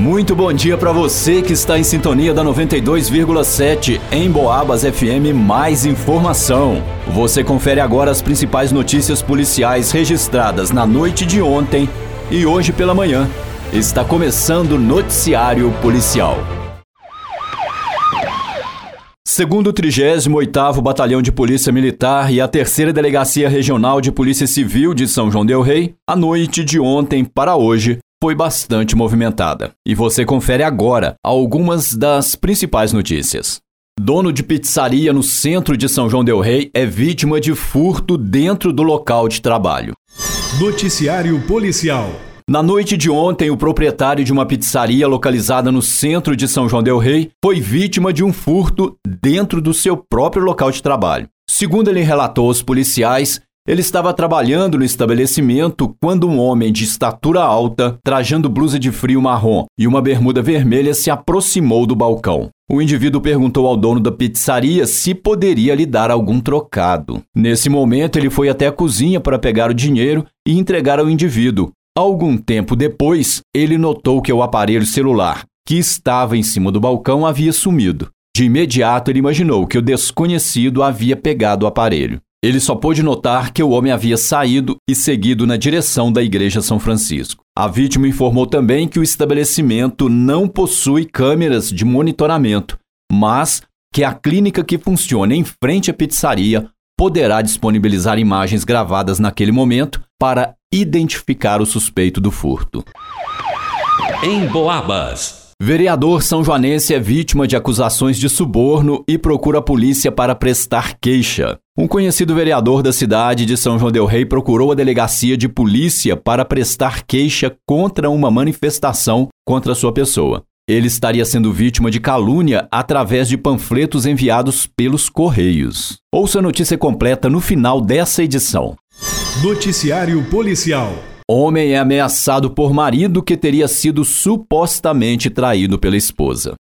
Muito bom dia para você que está em sintonia da 92,7 em Boabas FM. Mais informação. Você confere agora as principais notícias policiais registradas na noite de ontem e hoje pela manhã. Está começando o Noticiário Policial. Segundo o 38º Batalhão de Polícia Militar e a 3ª Delegacia Regional de Polícia Civil de São João del Rei, a noite de ontem para hoje foi bastante movimentada. E você confere agora algumas das principais notícias. Dono de pizzaria no centro de São João del Rei é vítima de furto dentro do local de trabalho. Noticiário Policial. Na noite de ontem, o proprietário de uma pizzaria localizada no centro de São João del Rei foi vítima de um furto dentro do seu próprio local de trabalho. Segundo ele relatou aos policiais, ele estava trabalhando no estabelecimento quando um homem de estatura alta, trajando blusa de frio marrom e uma bermuda vermelha, se aproximou do balcão. O indivíduo perguntou ao dono da pizzaria se poderia lhe dar algum trocado. Nesse momento, ele foi até a cozinha para pegar o dinheiro e entregar ao indivíduo. Algum tempo depois, ele notou que o aparelho celular, que estava em cima do balcão, havia sumido. De imediato, ele imaginou que o desconhecido havia pegado o aparelho. Ele só pôde notar que o homem havia saído e seguido na direção da Igreja São Francisco. A vítima informou também que o estabelecimento não possui câmeras de monitoramento, mas que a clínica que funciona em frente à pizzaria poderá disponibilizar imagens gravadas naquele momento para identificar o suspeito do furto. Em Boabas. Vereador são-joanense é vítima de acusações de suborno e procura a polícia para prestar queixa. Um conhecido vereador da cidade de São João del Rei procurou a delegacia de polícia para prestar queixa contra uma manifestação contra sua pessoa. Ele estaria sendo vítima de calúnia através de panfletos enviados pelos Correios. Ouça a notícia completa no final dessa edição. Noticiário Policial. Homem é ameaçado por marido que teria sido supostamente traído pela esposa.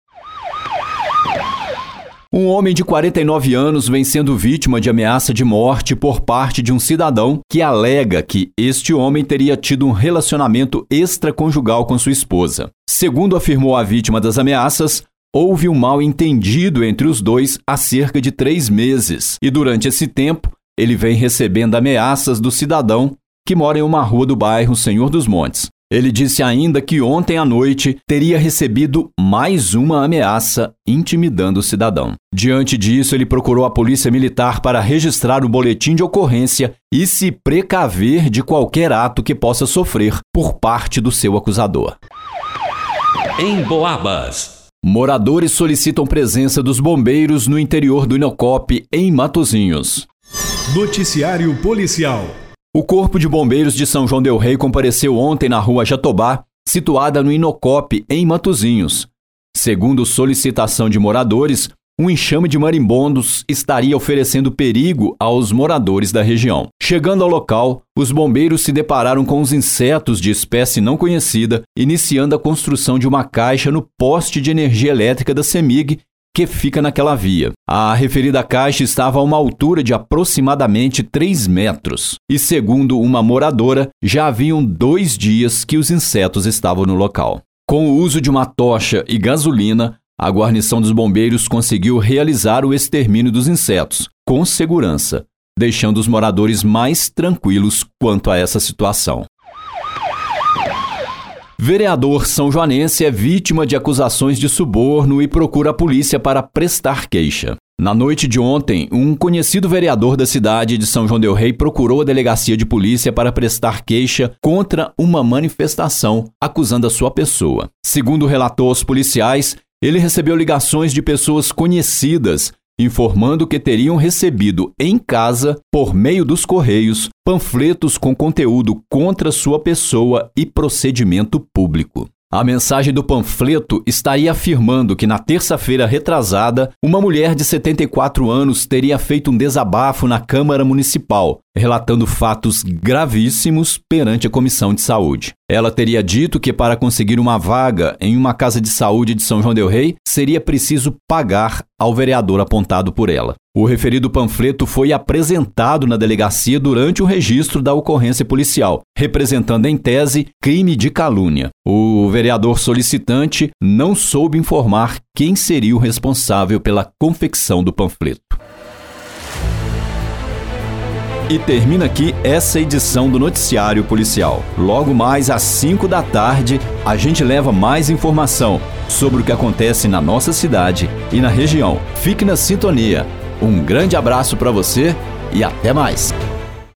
Um homem de 49 anos vem sendo vítima de ameaça de morte por parte de um cidadão que alega que este homem teria tido um relacionamento extraconjugal com sua esposa. Segundo afirmou a vítima das ameaças, houve um mal-entendido entre os dois há cerca de 3 meses e durante esse tempo ele vem recebendo ameaças do cidadão que mora em uma rua do bairro Senhor dos Montes. Ele disse ainda que ontem à noite teria recebido mais uma ameaça intimidando o cidadão. Diante disso, ele procurou a polícia militar para registrar o boletim de ocorrência e se precaver de qualquer ato que possa sofrer por parte do seu acusador. Em Boabas. Moradores solicitam presença dos bombeiros no interior do Inocop, em Matozinhos. Noticiário Policial. O Corpo de Bombeiros de São João del Rei compareceu ontem na rua Jatobá, situada no Inocop, em Matozinhos. Segundo solicitação de moradores, um enxame de marimbondos estaria oferecendo perigo aos moradores da região. Chegando ao local, os bombeiros se depararam com os insetos de espécie não conhecida, iniciando a construção de uma caixa no poste de energia elétrica da CEMIG, que fica naquela via. A referida caixa estava a uma altura de aproximadamente 3 metros. E segundo uma moradora, já haviam 2 dias que os insetos estavam no local. Com o uso de uma tocha e gasolina, a guarnição dos bombeiros conseguiu realizar o extermínio dos insetos, com segurança, deixando os moradores mais tranquilos quanto a essa situação. Vereador são-joanense é vítima de acusações de suborno e procura a polícia para prestar queixa. Na noite de ontem, um conhecido vereador da cidade de São João del Rei procurou a delegacia de polícia para prestar queixa contra uma manifestação acusando a sua pessoa. Segundo relatou aos policiais, ele recebeu ligações de pessoas conhecidas informando que teriam recebido em casa, por meio dos Correios, panfletos com conteúdo contra sua pessoa e procedimento público. A mensagem do panfleto estaria afirmando que na terça-feira retrasada, uma mulher de 74 anos teria feito um desabafo na Câmara Municipal, relatando fatos gravíssimos perante a Comissão de Saúde. Ela teria dito que para conseguir uma vaga em uma casa de saúde de São João del Rei, seria preciso pagar ao vereador apontado por ela. O referido panfleto foi apresentado na delegacia durante o registro da ocorrência policial, representando em tese crime de calúnia. O vereador solicitante não soube informar quem seria o responsável pela confecção do panfleto. E termina aqui essa edição do Noticiário Policial. Logo mais às 5 da tarde, a gente leva mais informação sobre o que acontece na nossa cidade e na região. Fique na sintonia. Um grande abraço para você e até mais.